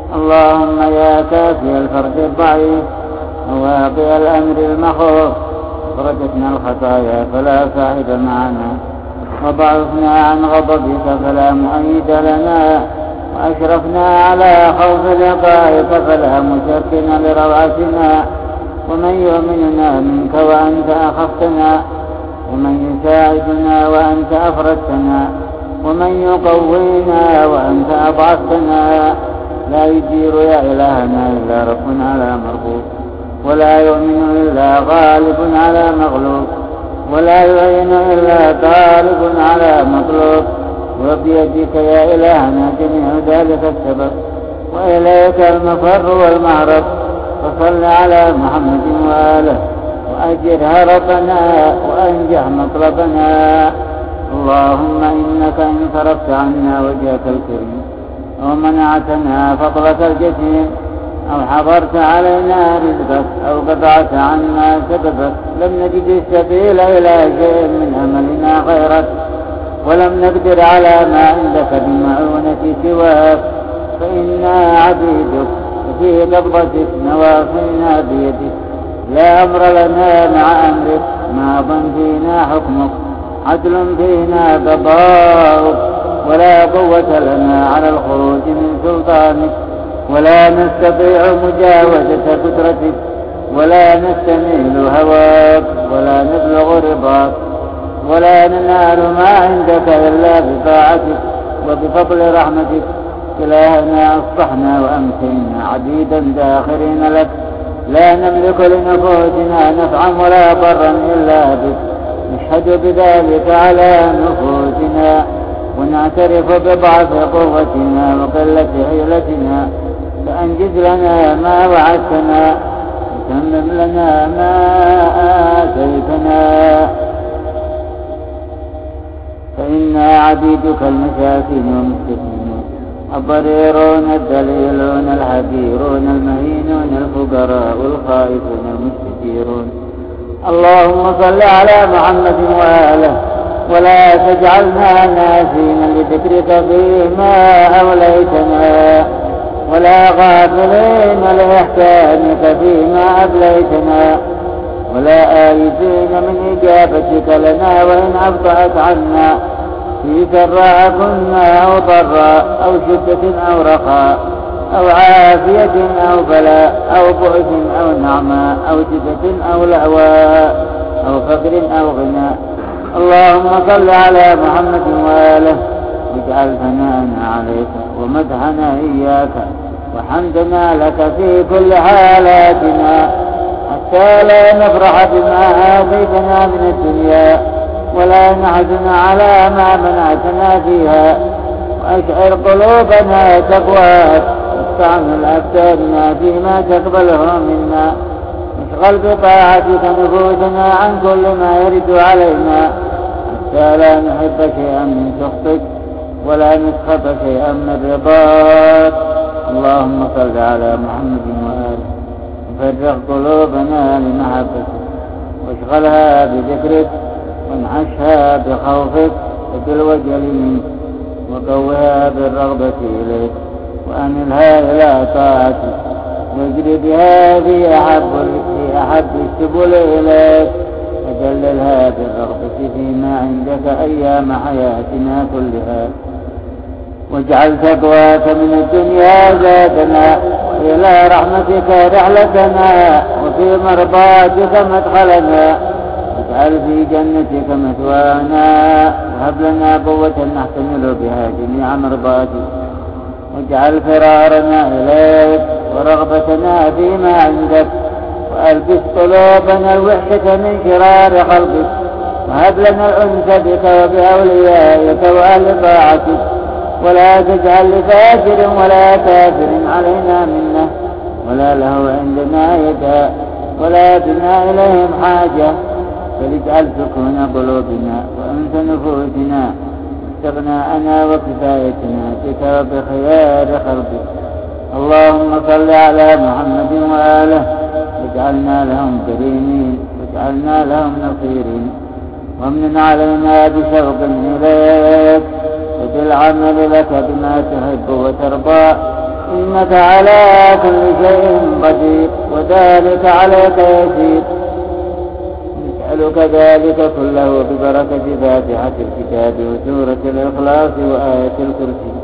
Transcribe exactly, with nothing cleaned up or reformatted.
اللهم يا كافي الفرد الضعيف وواقي الأمر المخوف فرجتنا الخطايا فلا صاحب معنا وضعفنا عن غضبك فلا مؤيد لنا وأشرفنا على خوف لقائك فلا مشركن لروعتنا ومن يؤمننا منك وأنت أخفتنا ومن يساعدنا وأنت أفردتنا ومن يقوينا وأنت أضعفتنا لا يجير يا إلهنا إلا رب على مربوط ولا يؤمن إلا غالب على مغلوب ولا يعين إلا طالب على مطلوب وبيدك يا إلهنا جميع ذلك السبب وإليك المفر والمهرب فصل على محمد وآله وأجر هربنا وأنجح مطلبنا. اللهم إنك إن صرفت عنا وجهك الكريم ومنعتنا فضلك الجسيم أو حضرت علينا رزقك أو قطعت عنا سببك لم نجد السبيل إلى شيء من أملنا غيرك ولم نقدر على ما عندك بمعونة سواك فإنا عبيدك وفي قبضتك نواصينا بيدك لا أمر لنا مع أمرك ماض فينا حكمك عدل فينا قضاؤك ولا قوة لنا على الخروج من سلطانك ولا نستطيع مجاوزة قدرتك ولا نستميل هواك ولا نبلغ رضاك ولا ننال ما عندك إلا بطاعتك وبفضل رحمتك. إلهنا أصبحنا وأمسينا عبيدا داخرين لك لا نملك لنفوسنا نفعا ولا ضرا إلا بك نشهد بذلك على نفوسنا ونعترف بضعف قوتنا وقلة حيلتنا فأنجز لنا ما وعدتنا وتمم لنا ما آتيتنا فإنا عبيدك المساكين والمسكين الضريرون الدليلون الحقيرون المهينون الفقراء الخائفون المستجيرون. اللهم صل على محمد وآله ولا تجعلنا ناسين لذكرك فيما أوليتنا ولا غافلين لإحسانك فيما أبليتنا ولا آيسين من إجابتك لنا وإن أبطأت عنا في سراء كنا أو ضراء أو شدة أو رخاء أو عافية أو بلاء أو بؤس أو نعماء أو جدة أو لأواء أو فقر أو غناء. اللهم صل على محمد وآله واجعل ثناءنا عليك ومدحنا إياك وحمدنا لك في كل حالاتنا حتى لا نفرح بما آتيتنا من الدنيا ولا نحزن على ما منعتنا فيها وأشعر قلوبنا تقواك واستعمل أبداننا فيما تقبله منا اشغل بطاعتك نفوسنا عن كل ما يرد علينا حتى لا نحب شيئا من سخطك ولا نسخط شيئا من رضاك. اللهم صل على محمد وآله وفرغ قلوبنا لمحبتك واشغلها بذكرك وانعشها بخوفك وبالوجل منك وقوها بالرغبة إليك وأنلها إلى طاعتك واجري بها في أحب, في أحب السبل إليك وجللها بالرغبة فيما عندك أيام حياتنا كلها واجعل تقواك من الدنيا زادنا وإلى رحمتك رحلتنا وفي مرضاتك مدخلنا واجعل في جنتك مثوانا وهب لنا قوة نحتمل بها جميع مرضاتك واجعل فرارنا إليك ورغبتنا فيما عندك وألبس قلوبنا الوحشة من شرار قلبك وهب لنا الأنس بك وبأوليائك وأهل طاعتك ولا تجعل لفاجر ولا كافر علينا منه ولا له عندنا يدا ولا بنا إليهم حاجة فلجعل سكون قلوبنا وأنس نفوسنا واستغناءنا وكفايتنا بك وبخيار خلقك. اللهم صل على محمد وآله واجعلنا لهم كريمين واجعلنا لهم نصيرين وامن علينا بشوق إليك وبالعمل لك بما تحب وترضى إنك على كل شيء قدير وذلك عليك يسير. نسألك ذلك كله ببركة فاتحة الكتاب وسورة الإخلاص وآية الكرسي